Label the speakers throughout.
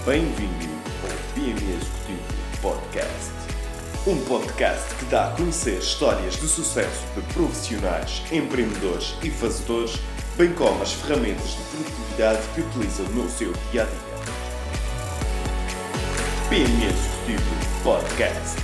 Speaker 1: Bem-vindo ao PME Executivo Podcast. Um podcast que dá a conhecer histórias de sucesso de profissionais, empreendedores e fazedores, bem como as ferramentas de produtividade que utilizam no seu dia-a-dia. PME Executivo Podcast.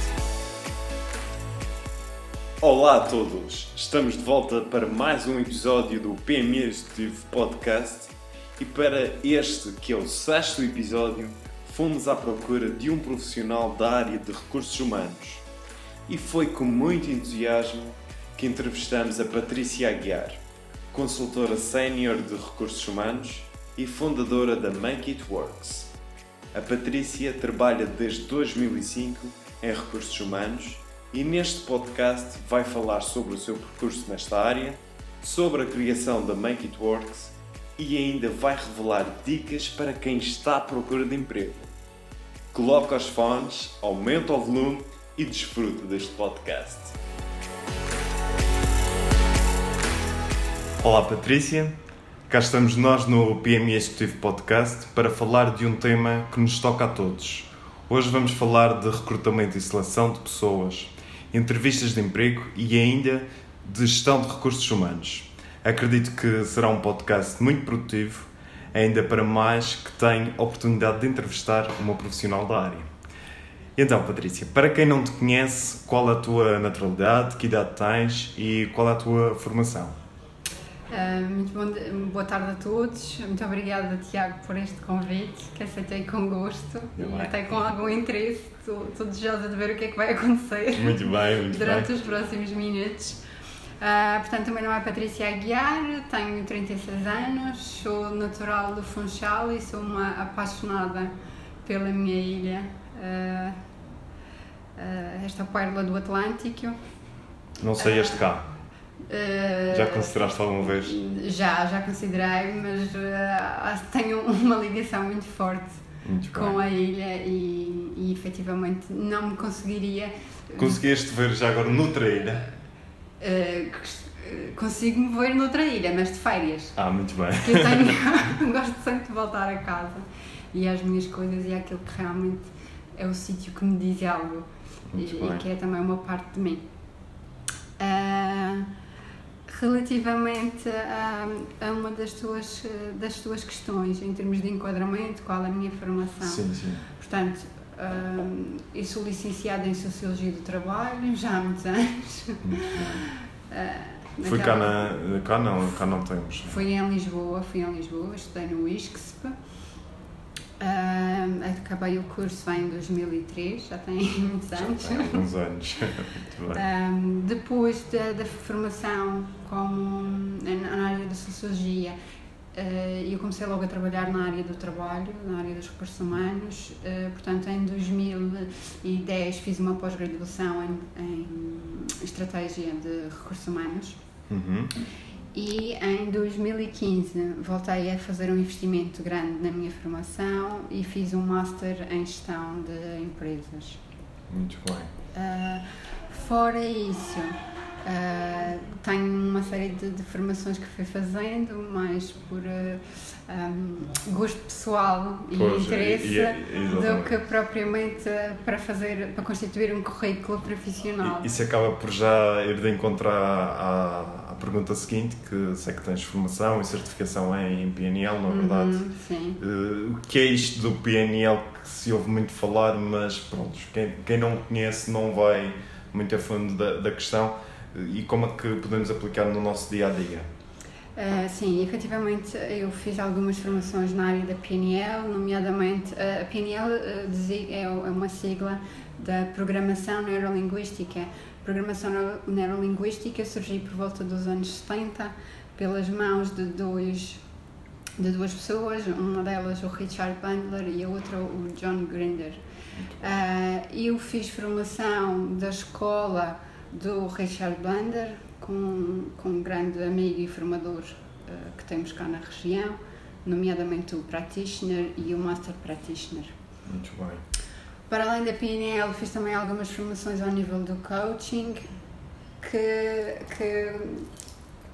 Speaker 1: Olá a todos! Estamos de volta para mais um episódio do PME Executivo Podcast e para este, que é o 6º episódio, fomos à procura de um profissional da área de recursos humanos e foi com muito entusiasmo que entrevistamos a Patrícia Aguiar, consultora sénior de recursos humanos e fundadora da Make It Works. A Patrícia trabalha desde 2005 em recursos humanos e neste podcast vai falar sobre o seu percurso nesta área, sobre a criação da Make It Works e ainda vai revelar dicas para quem está à procura de emprego. Coloca os fones, aumenta o volume e desfruta deste podcast. Olá Patrícia, cá estamos nós no PME Executivo Podcast para falar de um tema que nos toca a todos. Hoje vamos falar de recrutamento e seleção de pessoas, entrevistas de emprego e ainda de gestão de recursos humanos. Acredito que será um podcast muito produtivo, ainda para mais que tenho a oportunidade de entrevistar uma profissional da área. Então, Patrícia, para quem não te conhece, qual é a tua naturalidade, que idade tens e qual é a tua formação?
Speaker 2: Muito boa tarde a todos. Muito obrigada, Tiago, por este convite, que aceitei com gosto e até com algum interesse. Estou desejosa de ver o que é que vai acontecer durante os próximos minutos. Portanto, o meu nome é Patrícia Aguiar, tenho 36 anos, sou natural do Funchal e sou uma apaixonada pela minha ilha, esta pérola do Atlântico.
Speaker 1: Não sei este cá. Já consideraste alguma vez?
Speaker 2: Já considerei, mas tenho uma ligação muito forte com a ilha e efetivamente não me conseguiria...
Speaker 1: Conseguiste ver já agora noutra ilha?
Speaker 2: Consigo-me ver noutra ilha, mas de férias.
Speaker 1: Muito bem.
Speaker 2: Porque eu gosto sempre de voltar a casa e às minhas coisas e àquilo que realmente é o sítio que me diz algo e que é também uma parte de mim. Relativamente a uma das tuas questões, em termos de enquadramento, qual a minha formação?
Speaker 1: Sim.
Speaker 2: Portanto, eu sou licenciada em Sociologia do Trabalho, já há muitos anos.
Speaker 1: Foi cá não temos.
Speaker 2: Fui em Lisboa, estudei no ISCSP. Acabei o curso em 2003, já tem muitos anos.
Speaker 1: Já tem alguns anos. Muito bem.
Speaker 2: Depois da formação na área da Sociologia, eu comecei logo a trabalhar na área do trabalho, na área dos recursos humanos. Portanto, em 2010 fiz uma pós-graduação em Estratégia de Recursos Humanos. E em 2015 voltei a fazer um investimento grande na minha formação e fiz um Master em Gestão de Empresas.
Speaker 1: Muito bem.
Speaker 2: Fora isso, tenho uma série de formações que fui fazendo, mais por gosto pessoal e interesse do que propriamente para constituir um currículo profissional.
Speaker 1: Isso acaba por já ir de encontro à pergunta seguinte, que sei que tens formação e certificação em PNL, não é verdade?
Speaker 2: Sim.
Speaker 1: O que é isto do PNL que se ouve muito falar, mas pronto, quem não conhece não vai muito a fundo da questão. E como é que podemos aplicar no nosso dia-a-dia?
Speaker 2: Sim, efetivamente eu fiz algumas formações na área da PNL, nomeadamente a PNL é uma sigla da Programação Neurolinguística. A Programação Neurolinguística surgiu por volta dos anos 70 pelas mãos de duas pessoas, uma delas o Richard Bandler e a outra o John Grinder. Eu fiz formação da escola do Richard Bandler, com um grande amigo e formador que temos cá na região, nomeadamente o Practitioner e o Master Practitioner.
Speaker 1: Muito bem.
Speaker 2: Para além da PNL, fiz também algumas formações ao nível do coaching, que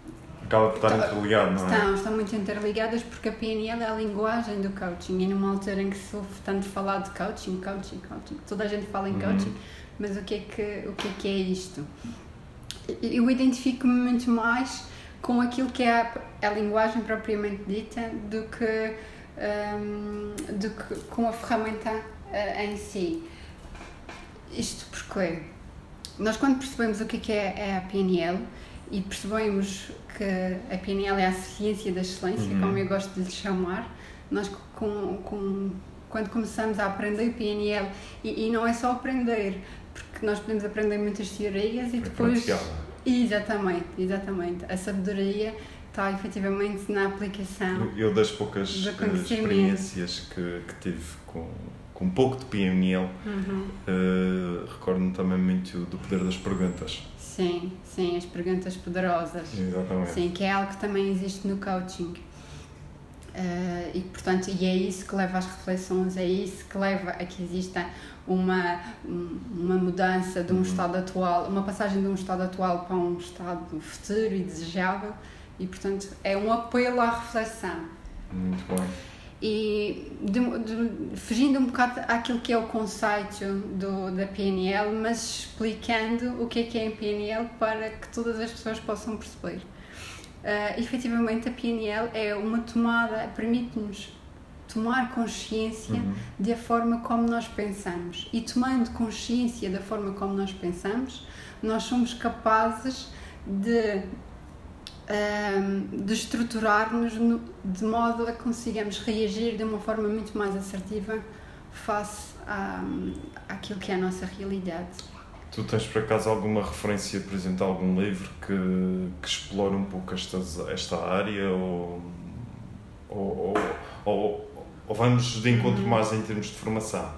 Speaker 1: Acaba por estar interligado, não é?
Speaker 2: Estão muito interligadas porque a PNL é a linguagem do coaching e numa altura em que se ouve tanto falar de coaching, toda a gente fala em coaching, mas o que é isto? Eu identifico-me muito mais com aquilo que é a linguagem propriamente dita do que com a ferramenta em si. Isto porque nós, quando percebemos o que é a PNL e percebemos que a PNL é a ciência da excelência, como eu gosto de lhe chamar, nós quando começamos a aprender PNL, e não é só aprender, porque nós podemos aprender muitas teorias e depois... Exatamente. A sabedoria está efetivamente na aplicação.
Speaker 1: Eu das poucas experiências que tive com um pouco de PNL, recordo-me também muito do poder das perguntas.
Speaker 2: Sim, as perguntas poderosas.
Speaker 1: Exatamente.
Speaker 2: Sim, que é algo que também existe no coaching. E portanto, é isso que leva às reflexões, é isso que leva a que exista uma mudança de um estado atual, uma passagem de um estado atual para um estado futuro e desejável, e portanto é um apelo à reflexão.
Speaker 1: Muito bom.
Speaker 2: E fugindo um bocado àquilo que é o conceito da PNL, mas explicando o que é a PNL para que todas as pessoas possam perceber. Efetivamente a PNL é uma tomada, permite-nos tomar consciência da forma como nós pensamos, e tomando consciência da forma como nós pensamos, nós somos capazes de estruturar-nos de modo a que consigamos reagir de uma forma muito mais assertiva face àquilo que é a nossa realidade.
Speaker 1: Tu tens por acaso alguma referência, por exemplo, a algum livro que explora um pouco esta área ou vamos de encontro mais em termos de formação?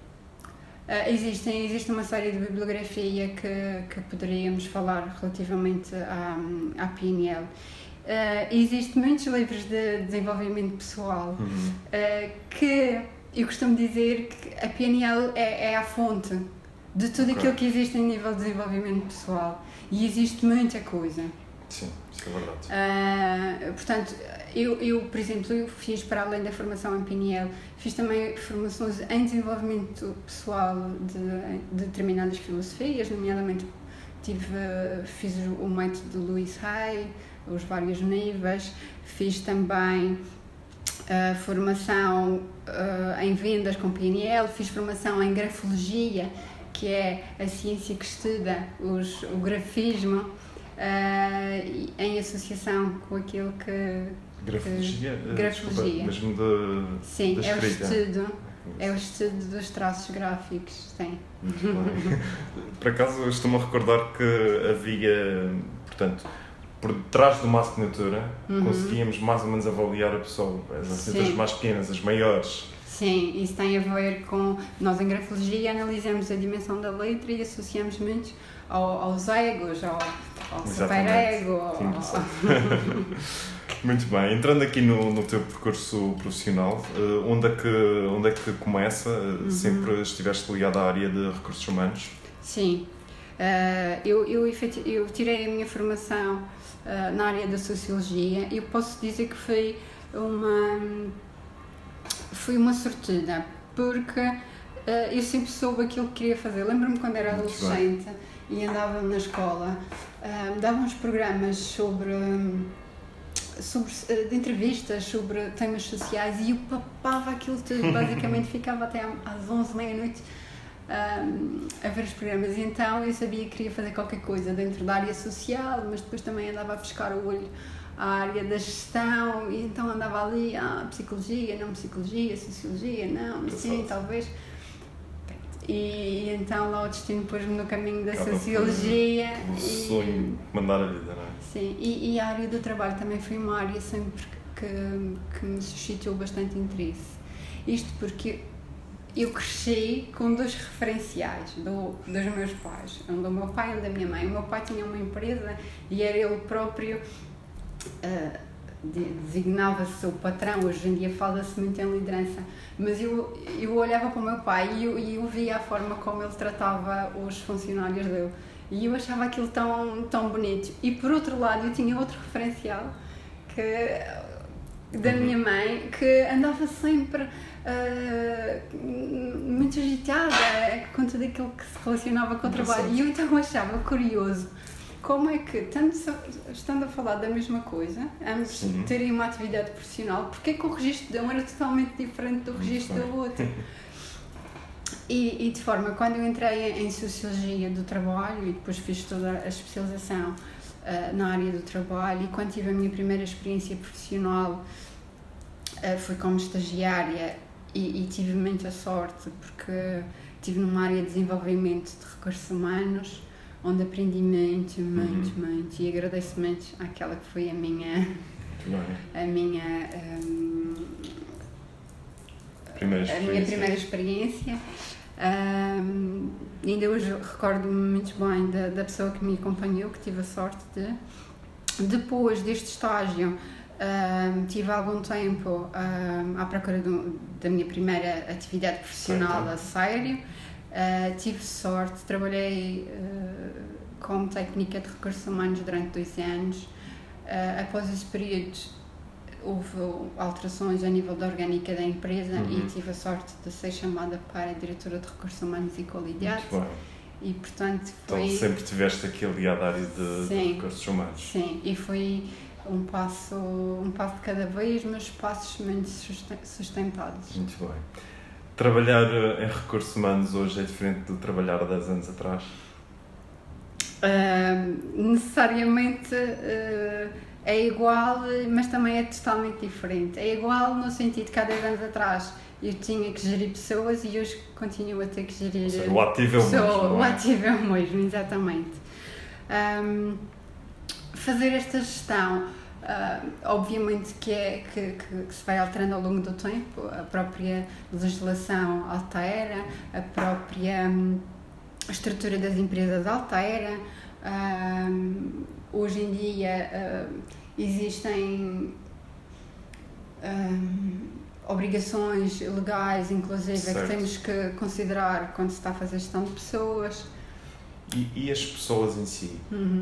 Speaker 2: Existe uma série de bibliografia que poderíamos falar relativamente à PNL. Existem muitos livros de desenvolvimento pessoal que eu costumo dizer que a PNL é a fonte de tudo aquilo que existe em nível de desenvolvimento pessoal, e existe muita coisa.
Speaker 1: Sim, isso é verdade.
Speaker 2: Portanto, eu, por exemplo, eu fiz, para além da formação em PNL, fiz também formações em desenvolvimento pessoal de determinadas filosofias, nomeadamente fiz o método de Louise Hay, os vários níveis, fiz também formação em vendas com PNL, fiz formação em grafologia, que é a ciência que estuda o grafismo em associação com aquilo que...
Speaker 1: Grafologia?
Speaker 2: Grafologia.
Speaker 1: Mesmo
Speaker 2: sim,
Speaker 1: da escrita.
Speaker 2: É o estudo dos traços gráficos, sim.
Speaker 1: Muito bem. Por acaso, estou-me a recordar que havia, portanto, por trás de uma assinatura, conseguíamos mais ou menos avaliar a pessoa, as assinaturas mais pequenas, as maiores.
Speaker 2: Sim, isso tem a ver com... Nós, em grafologia, analisamos a dimensão da letra e associamos muito aos egos, ao superego.
Speaker 1: Muito bem, entrando aqui no teu percurso profissional, onde é que começa? Sempre estiveste ligado à área de recursos humanos?
Speaker 2: Sim, eu tirei a minha formação na área da sociologia e eu posso dizer que foi uma sortuda, porque eu sempre soube aquilo que queria fazer. Lembro-me quando era adolescente e andava na escola, davam uns programas de entrevistas sobre temas sociais e eu papava aquilo tudo, basicamente ficava até às 11, meia-noite a ver os programas, e então eu sabia que queria fazer qualquer coisa dentro da área social, mas depois também andava a pescar o olho à área da gestão, e então andava ali, psicologia, não psicologia, sociologia, não, sim, talvez. E então lá o destino pôs-me no caminho da sociologia.
Speaker 1: O sonho mandar a vida, não é?
Speaker 2: Sim, e a área do trabalho também foi uma área sempre que me suscitou bastante interesse. Isto porque eu cresci com dois referenciais dos meus pais, um do meu pai e um da minha mãe. O meu pai tinha uma empresa e era ele próprio, designava-se o patrão. Hoje em dia fala-se muito em liderança, mas eu olhava para o meu pai e eu via a forma como ele tratava os funcionários dele, E eu achava aquilo tão bonito. E por outro lado, eu tinha outro referencial da minha mãe, que andava sempre muito agitada com tudo aquilo que se relacionava com o trabalho. E eu então achava curioso como é que, tanto estando a falar da mesma coisa, ambos terem uma atividade profissional, porque é que o registro de um era totalmente diferente do registro do outro? E de forma, quando eu entrei em Sociologia do Trabalho e depois fiz toda a especialização na área do trabalho, e quando tive a minha primeira experiência profissional fui como estagiária e tive muita sorte, porque estive numa área de desenvolvimento de recursos humanos, onde aprendi muito, e agradeço muito àquela que foi a minha primeira experiência. Ainda hoje recordo-me muito bem da pessoa que me acompanhou, que tive a sorte de. Depois deste estágio, tive algum tempo à procura da minha primeira atividade profissional a sério. Tive sorte, trabalhei como técnica de recursos humanos durante 2 anos. Após esse período houve alterações a nível da orgânica da empresa e tive a sorte de ser chamada para a diretora de recursos humanos e qualidade. E portanto foi...
Speaker 1: Então sempre tiveste aqui ligado à área de recursos humanos.
Speaker 2: Sim, e foi um passo de cada vez, mas passos muito sustentados.
Speaker 1: Muito bem. Trabalhar em recursos humanos hoje é diferente de trabalhar há 10 anos atrás?
Speaker 2: Necessariamente é igual, mas também é totalmente diferente. É igual no sentido que há 10 anos atrás eu tinha que gerir pessoas e hoje continuo a ter que gerir pessoas.
Speaker 1: O ativo é o mesmo.
Speaker 2: O ativo é o mesmo, exatamente. Fazer esta gestão, obviamente que se vai alterando ao longo do tempo, a própria legislação altera, a própria estrutura das empresas altera. Hoje em dia existem obrigações legais, inclusive, que temos que considerar quando se está a fazer gestão de pessoas.
Speaker 1: E as pessoas em si?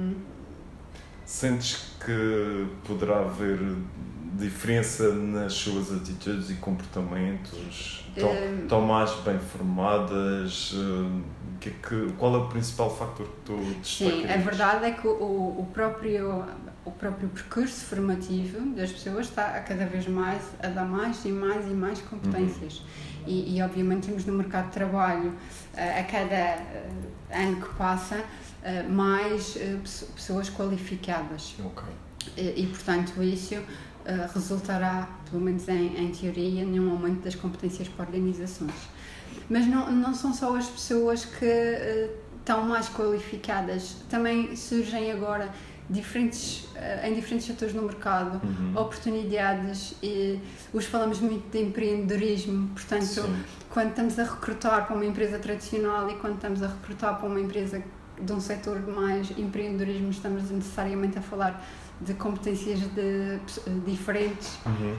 Speaker 1: Sentes que poderá haver diferença nas suas atitudes e comportamentos? Estão mais bem formadas? Qual é o principal fator que tu destacarias?
Speaker 2: Sim, a verdade é que o próprio percurso formativo das pessoas está a cada vez mais a dar mais e mais competências. E obviamente temos no mercado de trabalho, a cada ano que passa, mais pessoas qualificadas. E portanto isso resultará, pelo menos em teoria, num aumento das competências para organizações. Mas não são só as pessoas que estão mais qualificadas, também surgem agora em diferentes setores no mercado, oportunidades, e hoje falamos muito de empreendedorismo, portanto, quando estamos a recrutar para uma empresa tradicional e quando estamos a recrutar para uma empresa de um setor de mais empreendedorismo, estamos necessariamente a falar de competências diferentes,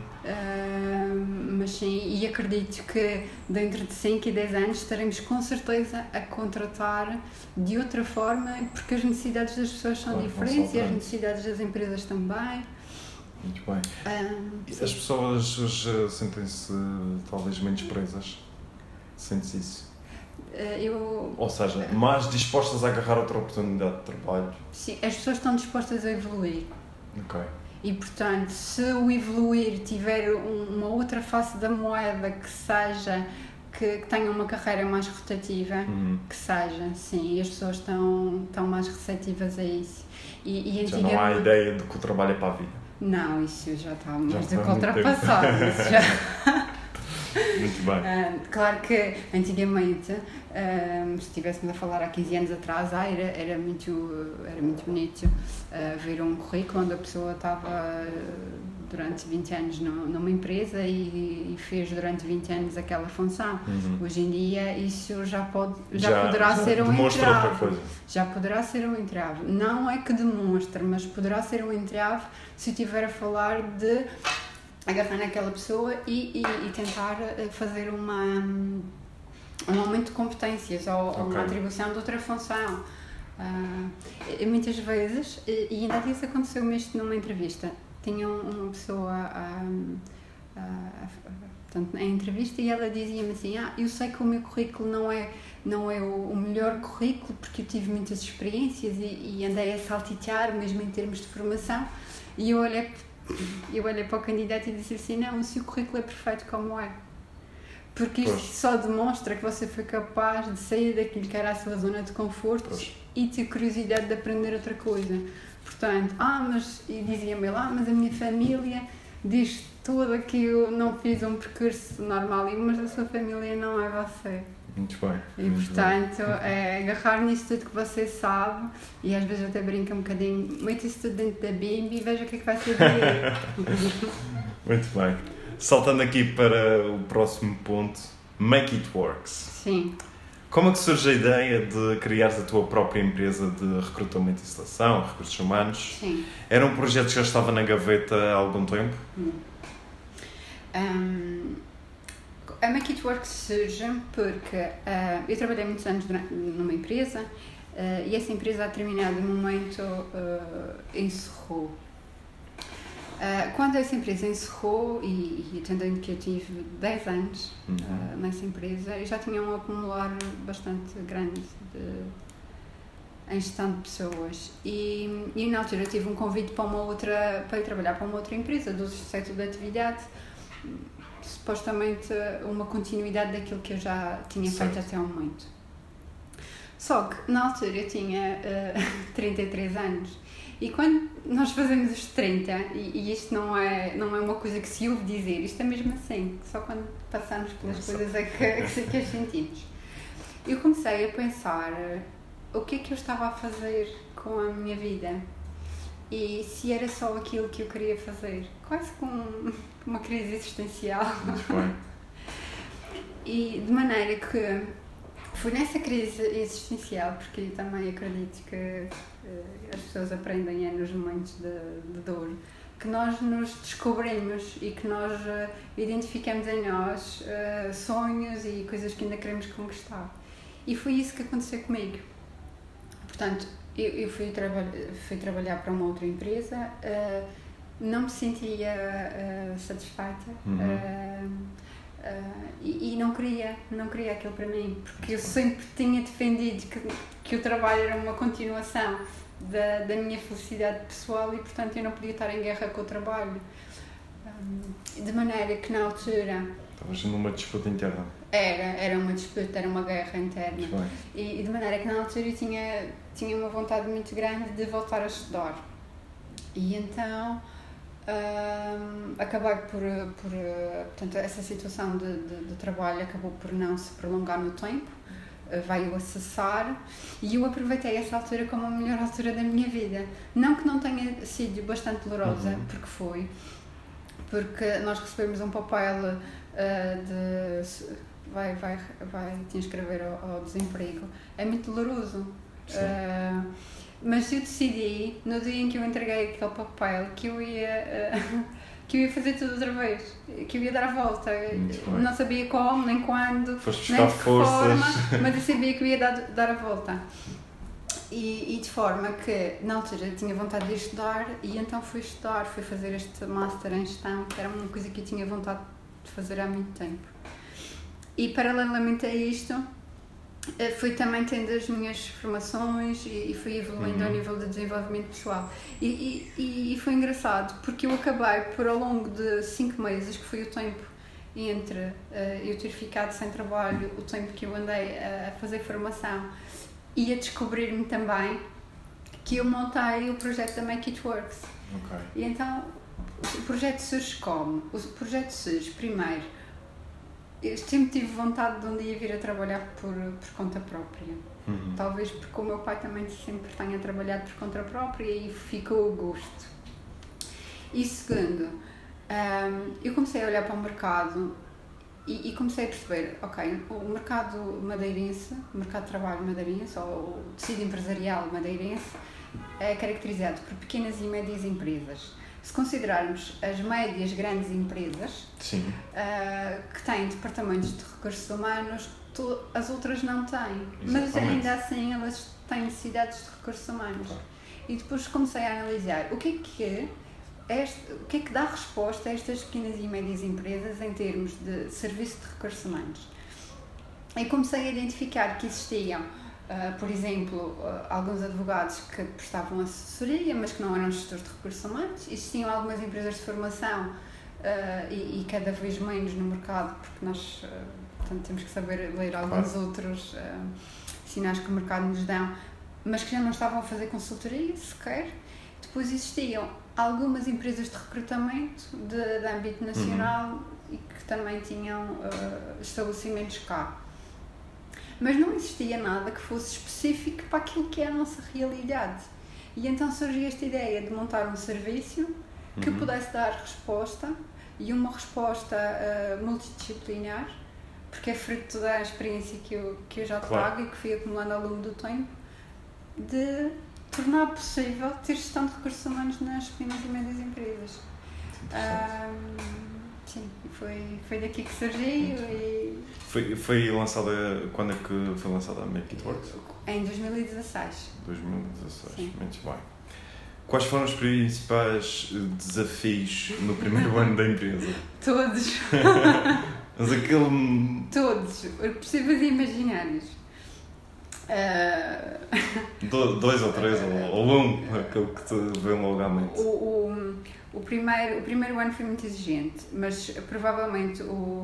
Speaker 2: mas sim, e acredito que dentro de 5 e 10 anos estaremos com certeza a contratar de outra forma, porque as necessidades das pessoas são diferentes e as necessidades das empresas também.
Speaker 1: Muito bem. As pessoas hoje sentem-se talvez menos presas? Sentes isso? Ou seja, mais dispostas a agarrar outra oportunidade de trabalho?
Speaker 2: Sim, as pessoas estão dispostas a evoluir.
Speaker 1: Ok.
Speaker 2: E portanto, se o evoluir tiver uma outra face da moeda que tenha uma carreira mais rotativa, que seja, sim, e as pessoas estão mais receptivas a isso. E
Speaker 1: já não há a ideia de que o trabalho é para a vida?
Speaker 2: Não, isso já está mais do que ultrapassado. Isso já...
Speaker 1: Muito bem.
Speaker 2: Claro que antigamente, se estivéssemos a falar há 15 anos atrás, era muito bonito ver um currículo onde a pessoa estava durante 20 anos numa empresa e fez durante 20 anos aquela função. Hoje em dia isso já poderá ser um entrave. Já poderá ser um entrave. Não é que demonstre, mas poderá ser um entrave se estiver a falar de agarrar naquela pessoa e tentar fazer um aumento de competências ou uma atribuição de outra função. E muitas vezes, e ainda isso aconteceu-me isto numa entrevista, tinha uma pessoa portanto, em entrevista, e ela dizia-me assim, eu sei que o meu currículo não é o melhor currículo porque eu tive muitas experiências e andei a saltitar mesmo em termos de formação, e eu olhei para o candidato e disse assim, não, o seu currículo é perfeito como é. Porque isto só demonstra que você foi capaz de sair daquilo que era a sua zona de conforto e ter curiosidade de aprender outra coisa. Portanto, e dizia-me lá, mas a minha família diz toda que eu não fiz um percurso normal, mas a sua família não é você.
Speaker 3: Muito bem.
Speaker 2: E portanto, é agarrar nisso tudo que você sabe, e às vezes até brinca um bocadinho, mete isso tudo dentro da bimbi e veja o que é que vai ser daí.
Speaker 3: Muito bem. Saltando aqui para o próximo ponto, Make It Works.
Speaker 2: Sim.
Speaker 3: Como é que surge a ideia de criares a tua própria empresa de recrutamento e seleção, recursos humanos?
Speaker 2: Sim.
Speaker 3: Era um projeto que já estava na gaveta há algum tempo?
Speaker 2: A Make It Work surge porque eu trabalhei muitos anos numa empresa e essa empresa a determinado momento encerrou. Quando essa empresa encerrou, e entendendo que eu tive 10 anos nessa empresa, eu já tinha um acumular bastante grande em gestão de pessoas, e na altura eu tive um convite para ir trabalhar para uma outra empresa do setor de atividade, supostamente uma continuidade daquilo que eu já tinha feito até o momento. Só que na altura eu tinha 33 anos, e quando nós fazemos os 30, e isto não é uma coisa que se ouve dizer, isto é mesmo assim, só quando passamos pelas coisas é que as sentimos. Eu comecei a pensar o que é que eu estava a fazer com a minha vida e se era só aquilo que eu queria fazer, quase com uma crise existencial. E de maneira que foi nessa crise existencial, porque eu também acredito que as pessoas aprendem nos momentos de dor, que nós nos descobrimos e que nós identificamos em nós sonhos e coisas que ainda queremos conquistar. E foi isso que aconteceu comigo. Portanto, eu fui trabalhar para uma outra empresa, não me sentia satisfeita e não queria aquilo para mim, porque eu sempre tinha defendido que o trabalho era uma continuação da minha felicidade pessoal e, portanto, eu não podia estar em guerra com o trabalho. De maneira que, na altura...
Speaker 3: Estavas numa disputa interna.
Speaker 2: Era uma disputa, era uma guerra interna. E de maneira que, na altura, eu tinha uma vontade muito grande de voltar a estudar. E então... acabei portanto, essa situação de trabalho acabou por não se prolongar no tempo, veio a cessar e eu aproveitei essa altura como a melhor altura da minha vida. Não que não tenha sido bastante dolorosa, porque nós recebemos um papel de vai te inscrever ao desemprego. É muito doloroso. Mas eu decidi, no dia em que eu entreguei aquele papel, que eu ia fazer tudo outra vez, que eu ia dar a volta. Não sabia como, nem quando, nem de que forma, mas eu sabia que eu ia dar a volta. E de forma que, na altura, eu tinha vontade de estudar, e então fui fazer este Master em Gestão, que era uma coisa que eu tinha vontade de fazer há muito tempo. E, paralelamente a isto, fui também tendo as minhas formações e fui evoluindo ao nível de desenvolvimento pessoal. E foi engraçado, porque eu acabei por, ao longo de 5 meses, que foi o tempo entre eu ter ficado sem trabalho, o tempo que eu andei a fazer formação e a descobrir-me também, que eu montei o projeto da Make It Works. E então, o projeto surge como? O projeto surge, primeiro, eu sempre tive vontade de um dia vir a trabalhar por conta própria. Talvez porque o meu pai também sempre tenha trabalhado por conta própria e ficou o gosto. E segundo, eu comecei a olhar para o mercado e comecei a perceber, o mercado madeirense, o mercado de trabalho madeirense, ou o tecido empresarial madeirense, é caracterizado por pequenas e médias empresas. Se considerarmos as médias grandes empresas que têm departamentos de recursos humanos, as outras não têm. Mas ainda assim elas tem necessidades de recursos humanos. E depois comecei a analisar o que é que dá resposta a estas pequenas e médias empresas em termos de serviço de recursos humanos. E comecei a identificar que existiam, por exemplo, alguns advogados que prestavam assessoria, mas que não eram gestores de recursos humanos. Existiam algumas empresas de formação e cada vez menos no mercado, porque nós portanto, temos que saber ler alguns outros sinais que o mercado nos dão, mas que já não estavam a fazer consultoria sequer. Depois existiam algumas empresas de recrutamento de âmbito nacional e que também tinham estabelecimentos cá. Mas não existia nada que fosse específico para aquilo que é a nossa realidade. E então surgiu esta ideia de montar um serviço que pudesse dar resposta, e uma resposta multidisciplinar, porque é fruto da experiência que eu já trago e que fui acumulando ao longo do tempo, de tornar possível ter gestão de recursos humanos nas pequenas e médias empresas. Sim, foi daqui que surgiu e...
Speaker 3: Foi lançada... Quando é que foi lançada a Make It Work?
Speaker 2: Em 2016.
Speaker 3: 2016,
Speaker 2: sim.
Speaker 3: Muito bem. Quais foram os principais desafios no primeiro ano da empresa?
Speaker 2: Todos.
Speaker 3: Mas aquele...
Speaker 2: Todos, possíveis e imaginários.
Speaker 3: Dois ou três, ou aquele que te vem logo à mente.
Speaker 2: O primeiro ano foi muito exigente, mas provavelmente o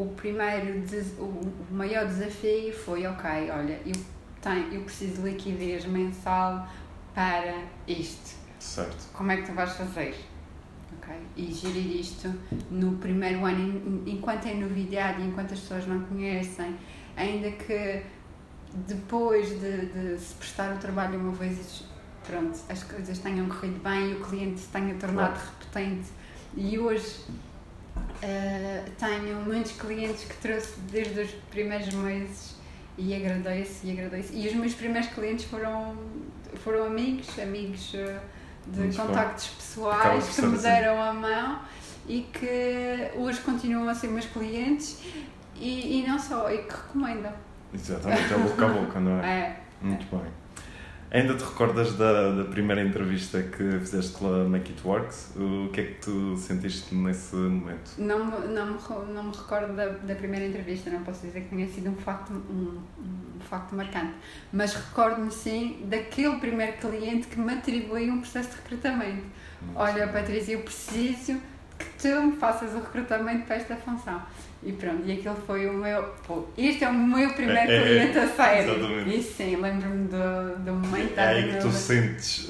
Speaker 2: maior desafio foi, ok, olha, eu preciso de liquidez mensal para isto.
Speaker 3: Certo.
Speaker 2: Como é que tu vais fazer? Okay. E gerir isto no primeiro ano, enquanto é novidade, enquanto as pessoas não conhecem, ainda que depois de se prestar o trabalho uma vez, pronto, as coisas tenham corrido bem e o cliente se tenha tornado repetente. E hoje tenho muitos clientes que trouxe desde os primeiros meses e agradeço. E os meus primeiros clientes foram amigos de muito contactos pessoais que me deram a mão e que hoje continuam a ser meus clientes e não só, e que recomendam.
Speaker 3: Exatamente, é boca a boca, não é? Muito bem. Ainda te recordas da primeira entrevista que fizeste pela Make It Work? O que é que tu sentiste nesse momento?
Speaker 2: Não me recordo da primeira entrevista, não posso dizer que tenha sido um facto marcante, mas recordo-me sim daquele primeiro cliente que me atribuiu um processo de recrutamento. Olha, Patrícia, eu preciso que tu me faças o recrutamento para esta função. E pronto, e aquele foi o meu... este é o meu primeiro cliente a sério.
Speaker 3: Exatamente.
Speaker 2: E sim, lembro-me do momento.
Speaker 3: É aí que tu sentes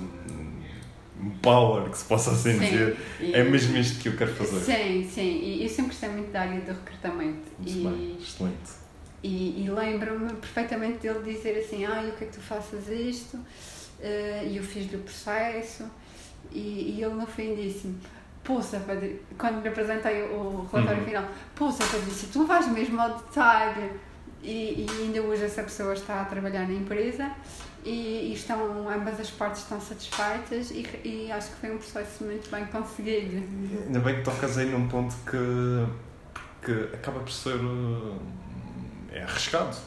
Speaker 3: um power, que se possa assim dizer. É mesmo isto que eu quero fazer.
Speaker 2: Sim. E eu sempre gostei muito da área do recrutamento.
Speaker 3: Muito bem, excelente.
Speaker 2: E lembro-me perfeitamente dele dizer assim, eu quero que tu faças isto. E eu fiz-lhe o processo. E ele no fim disse-me, poça, quando lhe apresentei o relatório final, poça, Patrícia, tu vais mesmo ao detalhe. E ainda hoje essa pessoa está a trabalhar na empresa e ambas as partes estão satisfeitas e acho que foi um processo muito bem conseguido.
Speaker 3: Ainda bem que tocas aí num ponto que acaba por ser arriscado.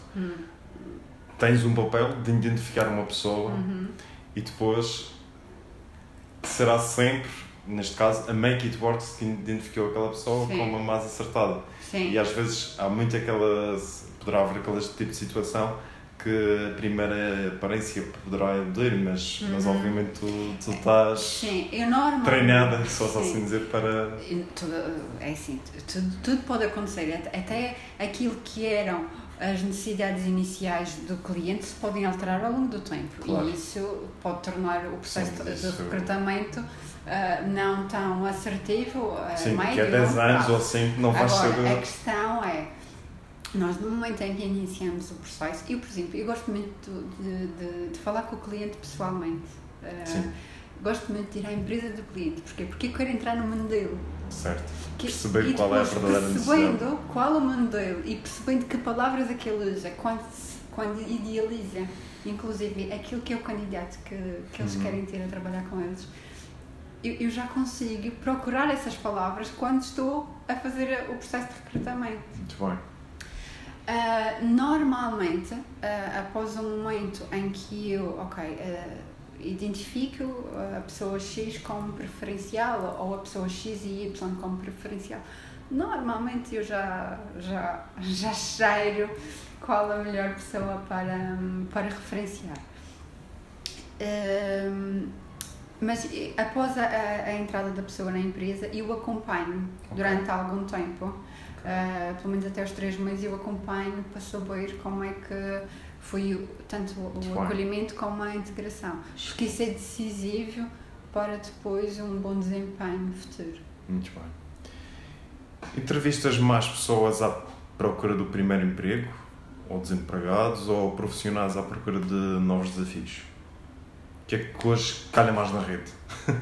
Speaker 3: Tens um papel de identificar uma pessoa e depois será sempre, neste caso, a Make It Work que identificou aquela pessoa como a mais acertada.
Speaker 2: Sim.
Speaker 3: E às vezes há muito poderá haver aquele tipo de situação que a primeira aparência poderá iludir, mas obviamente tu estás treinada, só assim dizer, para...
Speaker 2: É assim, tudo pode acontecer, até aquilo que eram as necessidades iniciais do cliente se podem alterar ao longo do tempo. Claro. E isso pode tornar o processo de recrutamento não tão assertivo.
Speaker 3: Sim, que há 10 anos ou assim não faz ser...
Speaker 2: Agora, a questão é, nós no momento em que iniciamos o processo, eu, por exemplo, eu gosto muito de falar com o cliente pessoalmente. Gosto muito de ir à empresa do cliente. Porquê? Porque eu quero entrar no mundo dele.
Speaker 3: Certo. Perceber qual é a verdadeira necessidade.
Speaker 2: Percebendo qual é o mundo dele e percebendo que palavras é que ele usa quando idealiza, inclusive, aquilo que é o candidato que eles querem ter a trabalhar com eles. Eu já consigo procurar essas palavras quando estou a fazer o processo de recrutamento.
Speaker 3: Muito bem.
Speaker 2: Normalmente, após um momento em que eu identifico a pessoa X como preferencial ou a pessoa X e Y como preferencial, normalmente eu já cheiro qual a melhor pessoa para referenciar. Mas após a entrada da pessoa na empresa, eu acompanho durante algum tempo, pelo menos até os 3 meses, eu acompanho para saber como é que foi tanto o acolhimento como a integração, porque isso é decisivo para depois um bom desempenho futuro.
Speaker 3: Muito bem. Entrevistas mais pessoas à procura do primeiro emprego, ou desempregados, ou profissionais à procura de novos desafios? O que é que hoje calha mais na rede?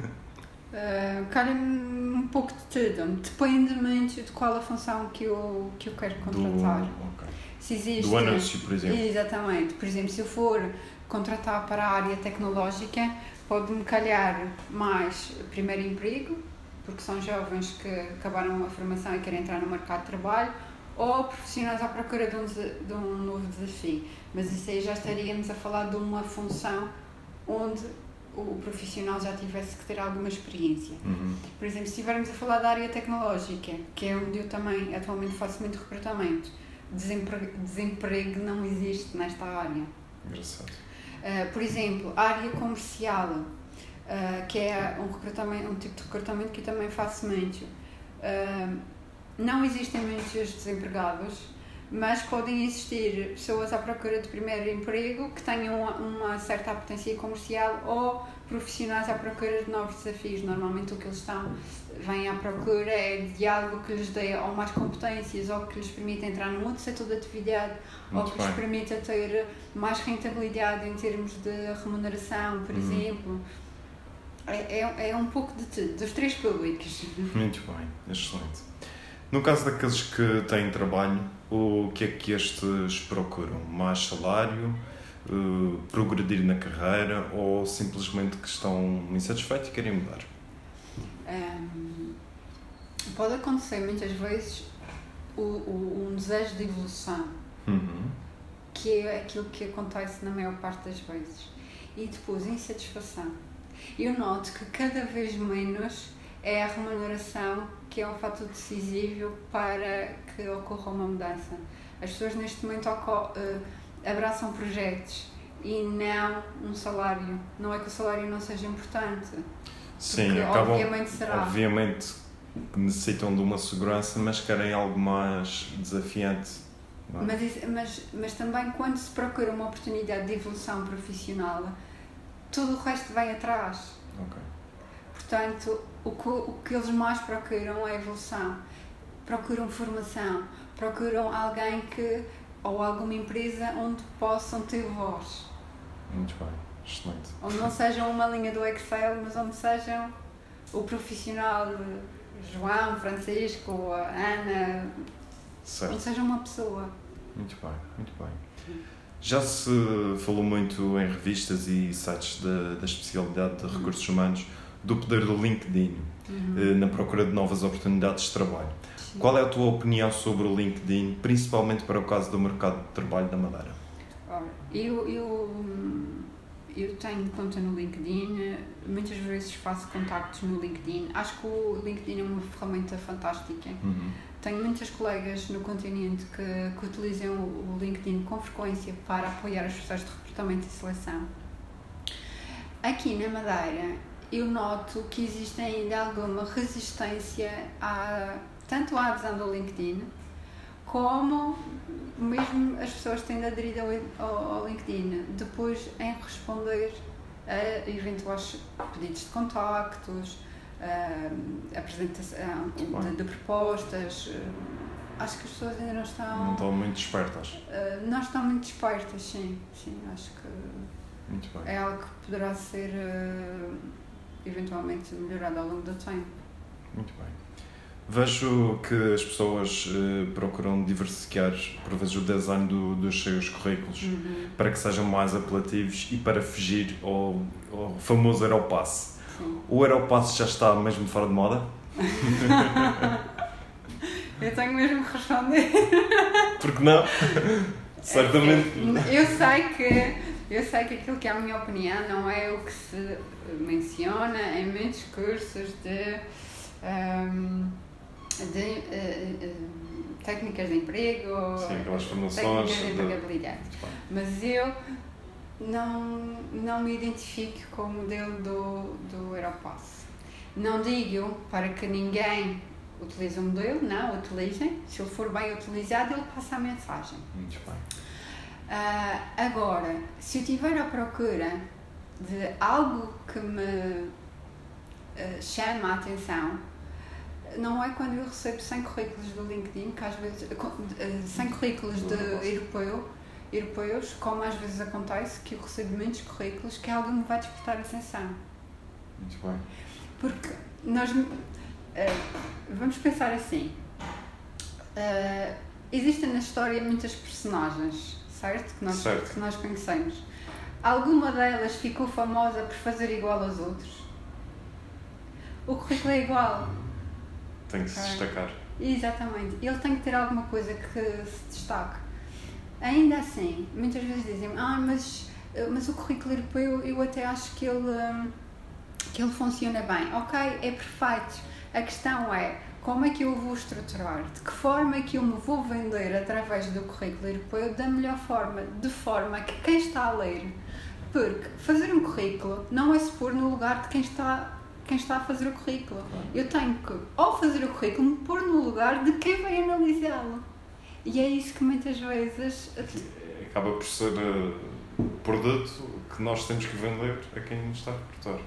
Speaker 2: Calha-me um pouco de tudo. Depende muito de qual a função que eu quero contratar. Se existe,
Speaker 3: do anúncio, por exemplo.
Speaker 2: Exatamente. Por exemplo, se eu for contratar para a área tecnológica, pode-me calhar mais primeiro emprego, porque são jovens que acabaram a formação e querem entrar no mercado de trabalho, ou profissionais à procura de um novo desafio. Mas isso aí já estaríamos a falar de uma função onde o profissional já tivesse que ter alguma experiência. Por exemplo, se estivermos a falar da área tecnológica, que é onde eu também atualmente faço muito recrutamento, desemprego não existe nesta área.
Speaker 3: Engraçado.
Speaker 2: Por exemplo, a área comercial, que é um tipo de recrutamento que eu também faço muito. Não existem muitos desempregados, mas podem existir pessoas à procura de primeiro emprego que tenham uma certa apetência comercial ou profissionais à procura de novos desafios. Normalmente o que eles vêm à procura é de algo que lhes dê ou mais competências ou que lhes permita entrar num outro setor de atividade ou que lhes permita ter mais rentabilidade em termos de remuneração, por exemplo. É um pouco de tudo, dos 3 públicos.
Speaker 3: Muito bem, excelente. No caso daqueles que têm trabalho, o que é que estes procuram? Mais salário, progredir na carreira ou simplesmente que estão insatisfeitos e querem mudar?
Speaker 2: Pode acontecer muitas vezes um desejo de evolução, que é aquilo que acontece na maior parte das vezes. E depois insatisfação. Eu noto que cada vez menos é a remuneração que é um fator decisivo para que ocorra uma mudança. As pessoas neste momento abraçam projetos e não um salário. Não é que o salário não seja importante.
Speaker 3: Sim, acabam, obviamente será. Obviamente necessitam de uma segurança, mas querem algo mais desafiante.
Speaker 2: Mas também quando se procura uma oportunidade de evolução profissional, todo o resto vem atrás. Portanto, o que eles mais procuram é evolução, procuram formação, procuram alguém ou alguma empresa onde possam ter voz.
Speaker 3: Muito bem, excelente.
Speaker 2: Onde não sejam uma linha do Excel, mas onde sejam o profissional João, Francisco, Ana,
Speaker 3: certo.
Speaker 2: Onde seja uma pessoa.
Speaker 3: Muito bem, muito bem. Já se falou muito em revistas e sites da especialidade de recursos humanos do poder do LinkedIn na procura de novas oportunidades de trabalho. Sim. Qual é a tua opinião sobre o LinkedIn, principalmente para o caso do mercado de trabalho da Madeira?
Speaker 2: Eu tenho conta no LinkedIn, muitas vezes faço contactos no LinkedIn. Acho que o LinkedIn é uma ferramenta fantástica. Tenho muitas colegas no continente que utilizam o LinkedIn com frequência para apoiar os processos de recrutamento e seleção. Aqui na Madeira, eu noto que existe ainda alguma resistência tanto à adesão do LinkedIn, como mesmo as pessoas têm aderido ao LinkedIn depois em responder a eventuais pedidos de contactos, apresentação de propostas. Acho que as pessoas ainda não estão
Speaker 3: muito despertas.
Speaker 2: Não estão muito despertas, sim, acho que
Speaker 3: muito bem.
Speaker 2: É algo que poderá ser eventualmente melhorado ao longo do tempo.
Speaker 3: Muito bem. Vejo que as pessoas procuram diversificar, por vezes, o design dos seus currículos para que sejam mais apelativos e para fugir ao famoso Aeropass.
Speaker 2: Sim.
Speaker 3: O Aeropass já está mesmo fora de moda?
Speaker 2: Eu tenho mesmo que responder.
Speaker 3: Porque não? Certamente.
Speaker 2: Eu sei que aquilo que é a minha opinião não é o que se menciona em muitos cursos de técnicas de emprego,
Speaker 3: sim, aquelas formações
Speaker 2: técnicas de empregabilidade. Mas eu não me identifico com o modelo do Europass. Não digo para que ninguém utilize o modelo, não, utilizem. Se ele for bem utilizado, ele passa a mensagem.
Speaker 3: Muito bem.
Speaker 2: Agora, se eu estiver à procura de algo que me chame a atenção, não é quando eu recebo 100 currículos do LinkedIn, que às vezes 100 currículos europeus, como às vezes acontece, que eu recebo muitos currículos, que algo me vai despertar a atenção.
Speaker 3: Muito bem.
Speaker 2: Porque nós vamos pensar assim, existem na história muitas personagens, certo? Que nós conhecemos. Alguma delas ficou famosa por fazer igual aos outros? O currículo é igual.
Speaker 3: Tem que se destacar.
Speaker 2: Exatamente. Ele tem que ter alguma coisa que se destaque. Ainda assim, muitas vezes dizem, mas o currículo europeu, eu até acho que ele funciona bem. Ok, é perfeito. A questão é, como é que eu vou estruturar? De que forma é que eu me vou vender através do currículo europeu da melhor forma? De forma que quem está a ler... Porque fazer um currículo não é se pôr no lugar de quem está a fazer o currículo. Eu tenho que, ao fazer o currículo, me pôr no lugar de quem vai analisá-lo. E é isso que muitas vezes...
Speaker 3: Acaba por ser o produto que nós temos que vender a quem nos está a recrutar.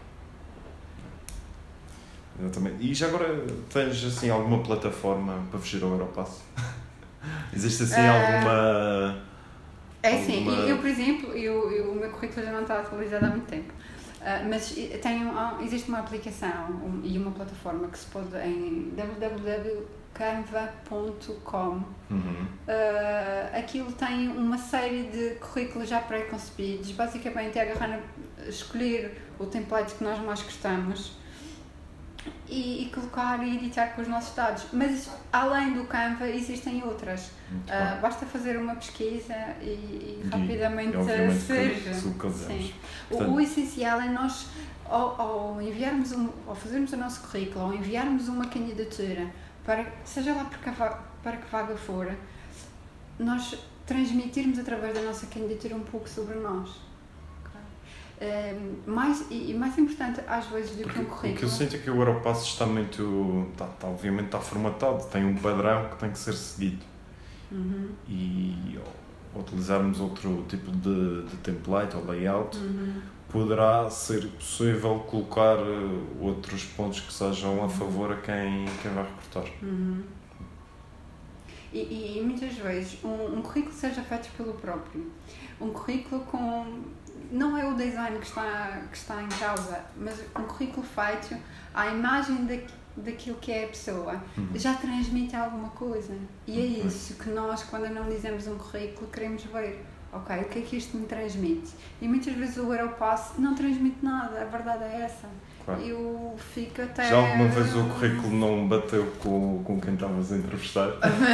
Speaker 3: Exatamente. E já agora tens assim alguma plataforma para fugir ao Europass? Existe assim alguma...
Speaker 2: É sim, eu por exemplo, o meu currículo já não está atualizado há muito tempo. Mas existe uma aplicação e uma plataforma que se pode em www.canva.com. Aquilo tem uma série de currículos já pré-concebidos, basicamente é escolher o template que nós mais gostamos e colocar e editar com os nossos dados. Mas além do Canva existem outras. Basta fazer uma pesquisa e rapidamente surge. Sim. O essencial é nós, ao enviarmos ao fazermos o nosso currículo, ao enviarmos uma candidatura, seja lá para que vaga for, nós transmitirmos através da nossa candidatura um pouco sobre nós. Mais importante às vezes do que um currículo.
Speaker 3: O que eu sinto é que o Europass está obviamente está formatado, tem um padrão que tem que ser seguido. E ao utilizarmos outro tipo de template ou layout, poderá ser possível colocar outros pontos que sejam a favor a quem vai recrutar.
Speaker 2: E muitas vezes um currículo seja feito pelo próprio. Um currículo não é o design que está em causa, mas um currículo feito à imagem daquilo que é a pessoa, já transmite alguma coisa. E é isso que nós, quando analisamos um currículo, queremos ver. Ok, o que é que isto me transmite? E muitas vezes o Europass não transmite nada, a verdade é essa.
Speaker 3: Claro.
Speaker 2: Eu fico até...
Speaker 3: Já alguma vez o currículo não bateu com quem estavas a entrevistar?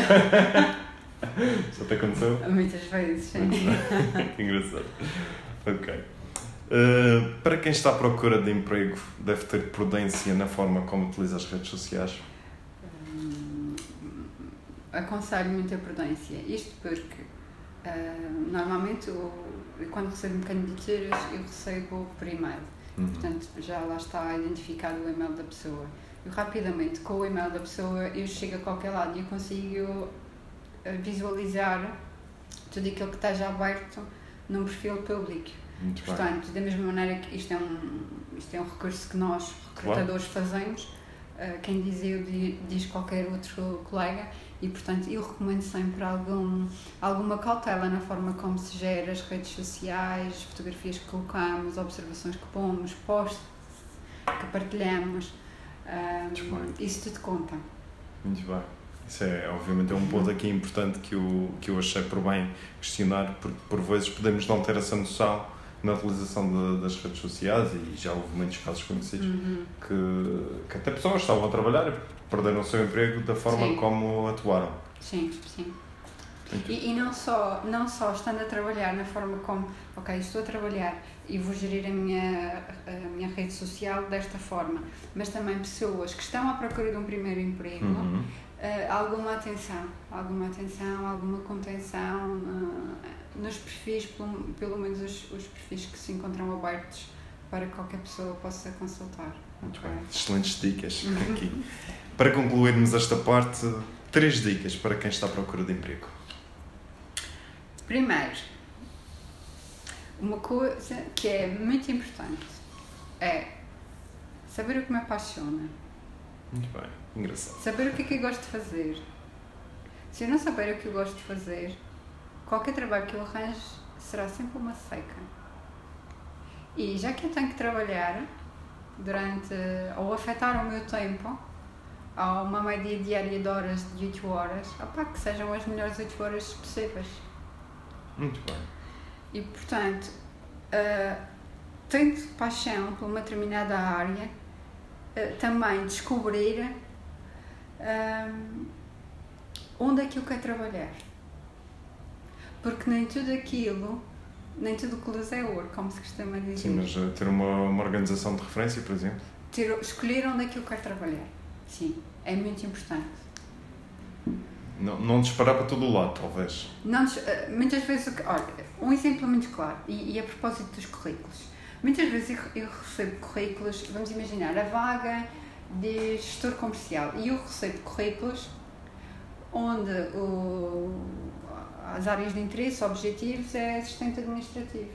Speaker 3: Já te aconteceu?
Speaker 2: Muitas vezes, sim.
Speaker 3: Que engraçado. Ok. Para quem está à procura de emprego, deve ter prudência na forma como utiliza as redes sociais?
Speaker 2: Aconselho muita prudência. Isto porque, normalmente, quando recebo candidaturas, eu recebo por e-mail. Portanto, já lá está identificado o e-mail da pessoa. Eu rapidamente, com o e-mail da pessoa, eu chego a qualquer lado e eu consigo visualizar tudo aquilo que está já aberto num perfil público. Portanto, da mesma maneira que isto é um recurso que nós, recrutadores, fazemos, quem diz eu diz qualquer outro colega, e portanto eu recomendo sempre alguma cautela na forma como se gera as redes sociais, fotografias que colocamos, observações que pomos, posts que partilhamos, isso tudo conta.
Speaker 3: Muito bem. Isso é, obviamente, um ponto aqui importante que eu achei por bem questionar, porque por vezes podemos não ter essa noção na utilização das redes sociais, e já houve muitos casos conhecidos que até pessoas estavam a trabalhar e perderam o seu emprego da forma como atuaram.
Speaker 2: Sim. E não só estando a trabalhar na forma como, estou a trabalhar e vou gerir a minha rede social desta forma, mas também pessoas que estão à procura de um primeiro emprego, alguma atenção, alguma contenção nos perfis, pelo menos os perfis que se encontram abertos para que qualquer pessoa possa consultar.
Speaker 3: Muito bem, excelentes dicas aqui. Para concluirmos esta parte, 3 dicas para quem está à procura de emprego.
Speaker 2: Primeiro, uma coisa que é muito importante é saber o que me apaixona.
Speaker 3: Muito bem, engraçado.
Speaker 2: Saber o que é que eu gosto de fazer. Se eu não saber o que eu gosto de fazer, qualquer trabalho que eu arranjo será sempre uma seca. E já que eu tenho que trabalhar ou afetar o meu tempo a uma média diária de horas de 8 horas, que sejam as melhores 8 horas possíveis.
Speaker 3: Muito bem.
Speaker 2: E, portanto, tendo paixão por uma determinada área, também descobrir onde é que eu quero trabalhar. Porque nem tudo que luz é ouro, como se costuma dizer.
Speaker 3: Sim, mas ter uma organização de referência, por exemplo?
Speaker 2: Escolher onde é que eu quero trabalhar. Sim, é muito importante.
Speaker 3: Não disparar para todo o lado, talvez.
Speaker 2: Muitas vezes, olha, um exemplo muito claro, e a propósito dos currículos. Muitas vezes eu recebo currículos, vamos imaginar, a vaga de gestor comercial, e eu recebo currículos onde as áreas de interesse, objetivos, é assistente administrativo.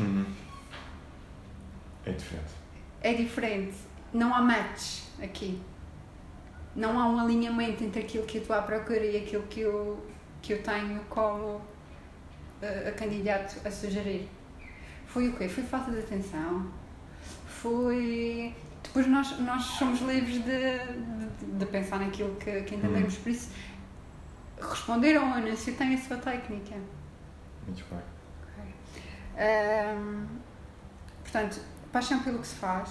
Speaker 3: É diferente.
Speaker 2: É diferente. Não há match aqui. Não há um alinhamento entre aquilo que eu estou à procura e aquilo que eu tenho como a candidato a sugerir. Foi o quê? Foi falta de atenção. Depois nós somos livres de pensar naquilo que entendemos. Por isso, responder ao anúncio tem a sua técnica.
Speaker 3: Muito bem.
Speaker 2: Portanto, paixão pelo que se faz.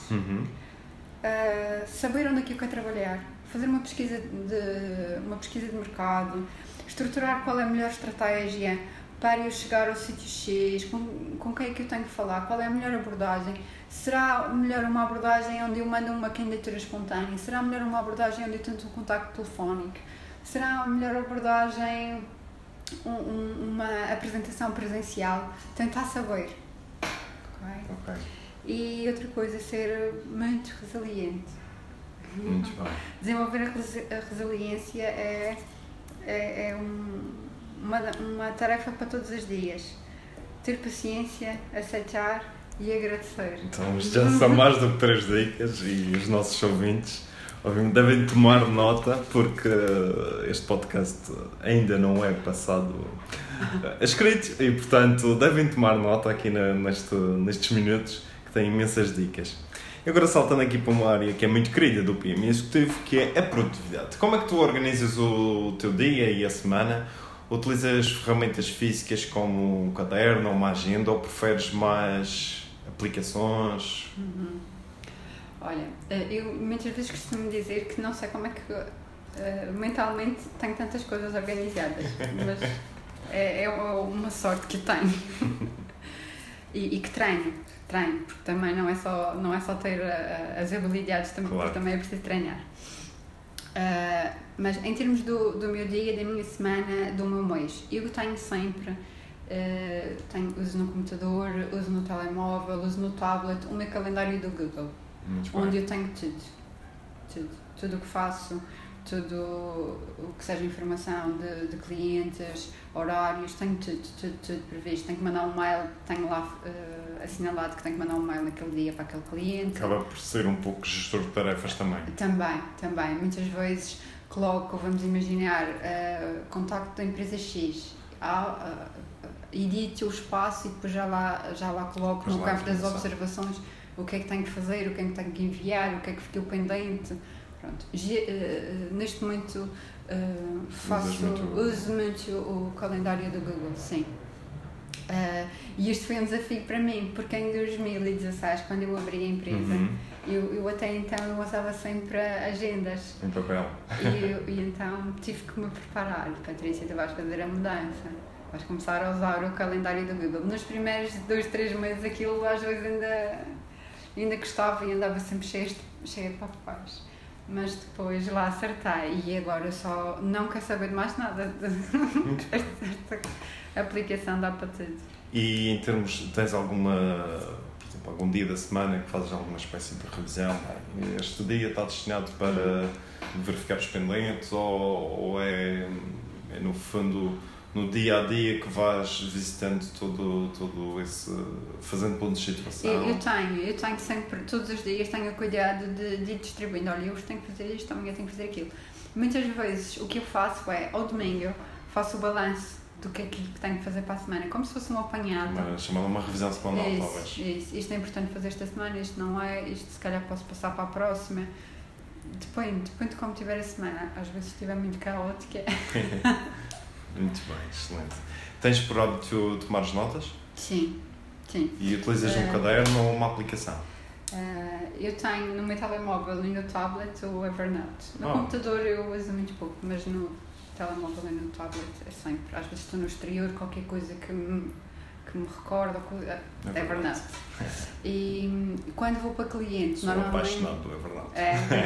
Speaker 2: Saber onde é que eu quero trabalhar. Fazer uma pesquisa de mercado, estruturar qual é a melhor estratégia para eu chegar ao sítio X, com quem é que eu tenho que falar, qual é a melhor abordagem. Será melhor uma abordagem onde eu mando uma candidatura espontânea? Será melhor uma abordagem onde eu tento um contacto telefónico? Será a melhor abordagem uma apresentação presencial? Tentar saber.
Speaker 3: Ok.
Speaker 2: E outra coisa, ser muito resiliente.
Speaker 3: Muito bem.
Speaker 2: Desenvolver a resiliência é uma tarefa para todos os dias. Ter paciência, aceitar e agradecer.
Speaker 3: Então já são mais do que 3 dicas, e os nossos ouvintes obviamente devem tomar nota, porque este podcast ainda não é passado escrito, e portanto devem tomar nota aqui nestes minutos, que têm imensas dicas. E agora saltando aqui para uma área que é muito querida do PME Executivo, que é a produtividade. Como é que tu organizas o teu dia e a semana? Utilizas ferramentas físicas como um caderno ou uma agenda, ou preferes mais aplicações?
Speaker 2: Olha, eu muitas vezes costumo dizer que não sei como é que mentalmente tenho tantas coisas organizadas, mas é uma sorte que tenho. E que treino, porque também não é só ter as habilidades,
Speaker 3: claro.
Speaker 2: Também é preciso treinar. Mas em termos do meu dia, da minha semana, do meu mês, eu tenho sempre, uso no computador, uso no telemóvel, uso no tablet, o meu calendário do Google, onde eu tenho tudo o que faço, tudo o que seja informação de clientes, horários, tenho tudo previsto. Tenho que mandar um mail, tenho lá assinalado que tenho que mandar um mail naquele dia para aquele cliente.
Speaker 3: Acaba por ser um pouco gestor de tarefas também.
Speaker 2: Também. Muitas vezes coloco, vamos imaginar, contacto da empresa X, edito o espaço e depois já lá coloco no campo das observações o que é que tenho que fazer, o que é que tenho que enviar, o que é que ficou pendente. Pronto. Neste momento uso muito o calendário do Google, sim. E isto foi um desafio para mim, porque em 2016, quando eu abri a empresa, eu até então eu usava sempre agendas.
Speaker 3: Em papel.
Speaker 2: E então tive que me preparar. Patrícia, tu vais fazer a mudança. Vais começar a usar o calendário do Google. Nos primeiros 2-3 meses aquilo às vezes ainda gostava e andava sempre cheia de papéis. Mas depois lá acertei e agora só não quero saber de mais nada. Esta aplicação dá para tudo.
Speaker 3: E em termos, tens alguma, por exemplo, algum dia da semana que fazes alguma espécie de revisão? Este dia está destinado para verificar os pendentes ou é no fundo no dia a dia que vais visitando todo esse, fazendo pontos de situação?
Speaker 2: Eu tenho sempre, todos os dias tenho o cuidado de ir distribuindo. Olha, eu hoje tenho que fazer isto, amanhã tenho que fazer aquilo. Muitas vezes o que eu faço é, ao domingo, faço o balanço do que é que tenho que fazer para a semana, como se fosse um apanhado.
Speaker 3: Chamada uma revisão semanal, talvez.
Speaker 2: Isso. Isto é importante fazer esta semana, isto não é, isto se calhar posso passar para a próxima. Depende de como tiver a semana. Às vezes se estiver muito caótica.
Speaker 3: Muito bem, excelente. Tens por hábito tomares notas?
Speaker 2: Sim.
Speaker 3: E utilizas um caderno ou uma aplicação?
Speaker 2: Eu tenho no meu telemóvel e no tablet o Evernote. No computador eu uso muito pouco, mas no telemóvel e no tablet é sempre. Às vezes estou no exterior, qualquer coisa que me recorda, Evernote. E quando vou para clientes,
Speaker 3: sou apaixonado do Evernote.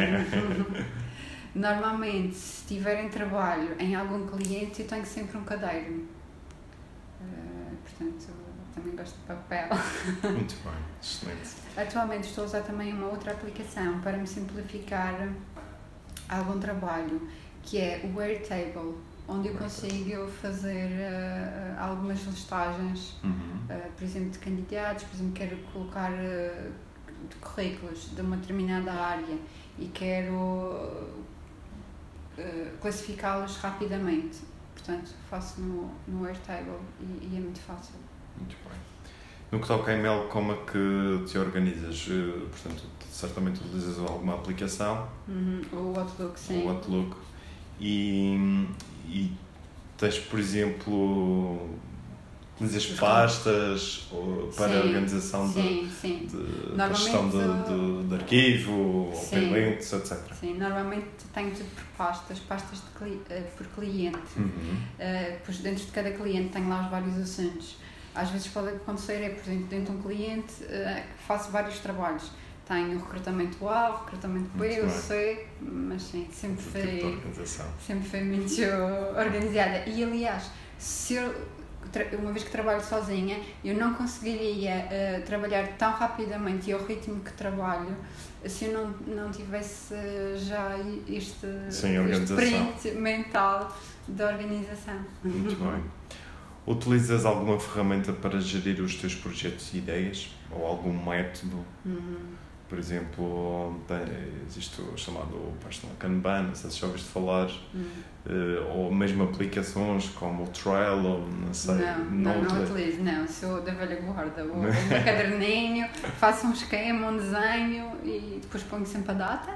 Speaker 2: Normalmente, se tiver em trabalho em algum cliente, eu tenho sempre um caderno. Portanto, também gosto de papel.
Speaker 3: Muito bem, excelente.
Speaker 2: Atualmente estou a usar também uma outra aplicação para me simplificar algum trabalho, que é o Airtable, onde eu consigo fazer algumas listagens, por exemplo, de candidatos, por exemplo, quero colocar currículos de uma determinada área e quero classificá-los rapidamente. Portanto, faço no Airtable e é muito fácil.
Speaker 3: Muito bem. No que toca a e-mail, como é que te organizas? Portanto, certamente utilizas alguma aplicação.
Speaker 2: O Outlook, sim.
Speaker 3: O Outlook. E tens, por exemplo, utilizas pastas para a organização de gestão de arquivo, ou pendentes, etc.
Speaker 2: Sim, normalmente tenho tudo por pastas por cliente. Pois dentro de cada cliente tenho lá os vários assuntos. Às vezes pode acontecer, por exemplo, dentro de um cliente faço vários trabalhos. Tenho o recrutamento A, o recrutamento B, o C, mas sim, sempre foi muito organizada. E aliás, uma vez que trabalho sozinha, eu não conseguiria trabalhar tão rapidamente e ao ritmo que trabalho se eu não tivesse já este print mental da organização.
Speaker 3: Muito bem. Utilizas alguma ferramenta para gerir os teus projetos e ideias? Ou algum método? Por exemplo, existe o chamado Personal Kanban, não sei se já ouviste falar, ou mesmo aplicações como o Trello, não sei.
Speaker 2: Não utilizo, não, sou da velha guarda. Vou um caderninho, faço um esquema, um desenho e depois ponho sempre a data.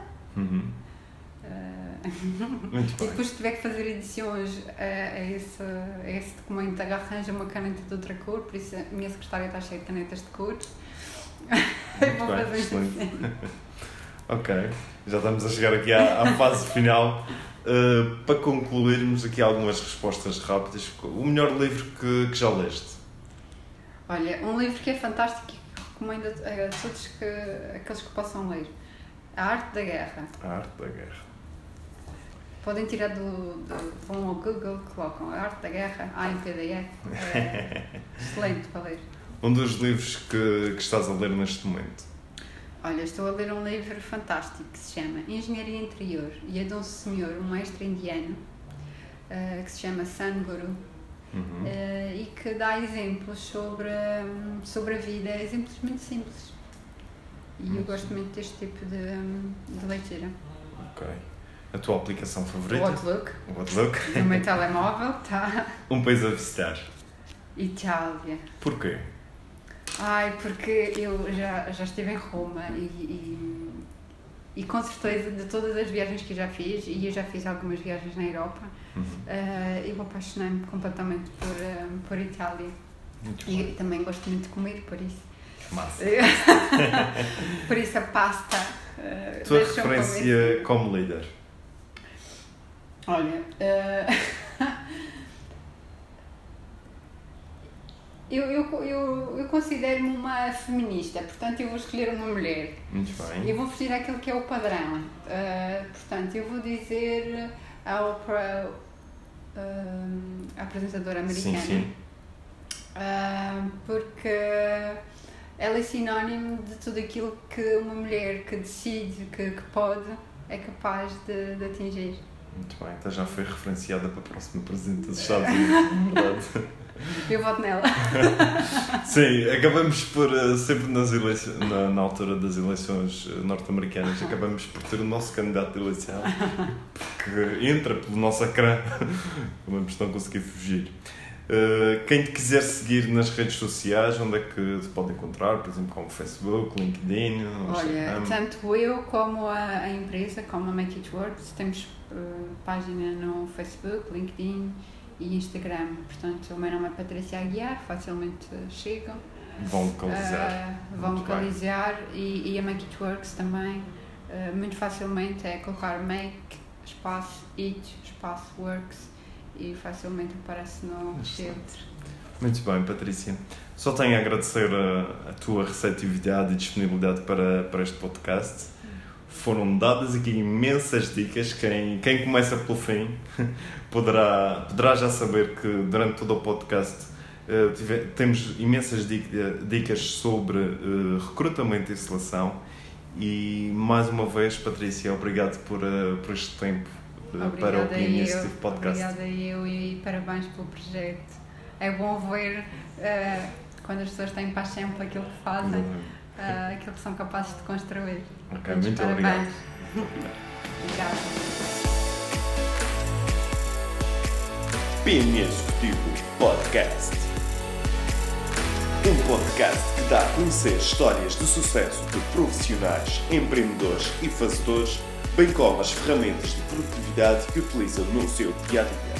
Speaker 3: Muito bem.
Speaker 2: E depois se tiver que fazer edições a esse documento, arranja uma caneta de outra cor, por isso a minha secretária está cheia de canetas de cor.
Speaker 3: Muito bem, excelente. Ok, já estamos a chegar aqui à fase final. Para concluirmos aqui algumas respostas rápidas, o melhor livro que já leste?
Speaker 2: Olha, um livro que é fantástico e que recomendo a todos aqueles que possam ler. A Arte da Guerra.
Speaker 3: A Arte da Guerra.
Speaker 2: Podem tirar vão ao Google, colocam A Arte da Guerra, em PDF. Excelente para ler.
Speaker 3: Um dos livros que estás a ler neste momento?
Speaker 2: Olha, estou a ler um livro fantástico que se chama Engenharia Interior e é de um senhor, um mestre indiano, que se chama Sadhguru, e que dá exemplos sobre a vida, exemplos muito simples. E eu gosto muito deste tipo de leitura.
Speaker 3: Ok. A tua aplicação favorita?
Speaker 2: O Outlook. No meu telemóvel está.
Speaker 3: Um país a visitar?
Speaker 2: Itália.
Speaker 3: Porquê?
Speaker 2: Porque eu já estive em Roma e com certeza de todas as viagens que eu já fiz, e eu já fiz algumas viagens na Europa, eu apaixonei-me completamente por Itália. E também gosto muito de comer, por isso.
Speaker 3: Massa.
Speaker 2: Por isso a pasta.
Speaker 3: Tua referência como líder?
Speaker 2: Olha, eu considero-me uma feminista, portanto eu vou escolher uma mulher.
Speaker 3: Muito bem.
Speaker 2: E vou fugir àquilo que é o padrão. Portanto, eu vou dizer a Oprah, a apresentadora americana.
Speaker 3: Sim.
Speaker 2: Porque ela é sinónimo de tudo aquilo que uma mulher que decide, que pode, é capaz de atingir.
Speaker 3: Muito bem, então já foi referenciada para a próxima Presidente dos Estados Unidos, verdade?
Speaker 2: Eu voto nela.
Speaker 3: Sim, acabamos por, sempre na altura das eleições norte-americanas, acabamos por ter o nosso candidato de eleição, porque entra pelo nosso ecrã, vamos não conseguir fugir. Quem te quiser seguir nas redes sociais, onde é que te pode encontrar? Por exemplo, como Facebook, LinkedIn?
Speaker 2: Olha, tanto eu como a empresa, como a Make It Works, temos página no Facebook, LinkedIn e Instagram. Portanto, o meu nome é Patrícia Aguiar, facilmente chegam.
Speaker 3: Vão localizar.
Speaker 2: Vão localizar e a Make It Works também, muito facilmente, é colocar Make, espaço, It, espaço, Works, e facilmente aparece no filtro.
Speaker 3: Muito bem, Patrícia. Só tenho a agradecer a tua receptividade e disponibilidade para este podcast. Foram dadas aqui imensas dicas. Quem começa pelo fim poderá já saber que durante todo o podcast temos imensas dicas sobre recrutamento e seleção. E mais uma vez, Patrícia, obrigado por este tempo. Para o PMS Podcast.
Speaker 2: Obrigada eu e parabéns pelo projeto. É bom ver quando as pessoas têm paixão por aquilo que fazem, aquilo que são capazes de construir.
Speaker 3: Ok, muito obrigado.
Speaker 2: Obrigada.
Speaker 1: PME Executivo Podcast. Um podcast que dá a conhecer histórias de sucesso de profissionais, empreendedores e fazedores, bem como as ferramentas de produtividade que utilizam no seu dia-a-dia.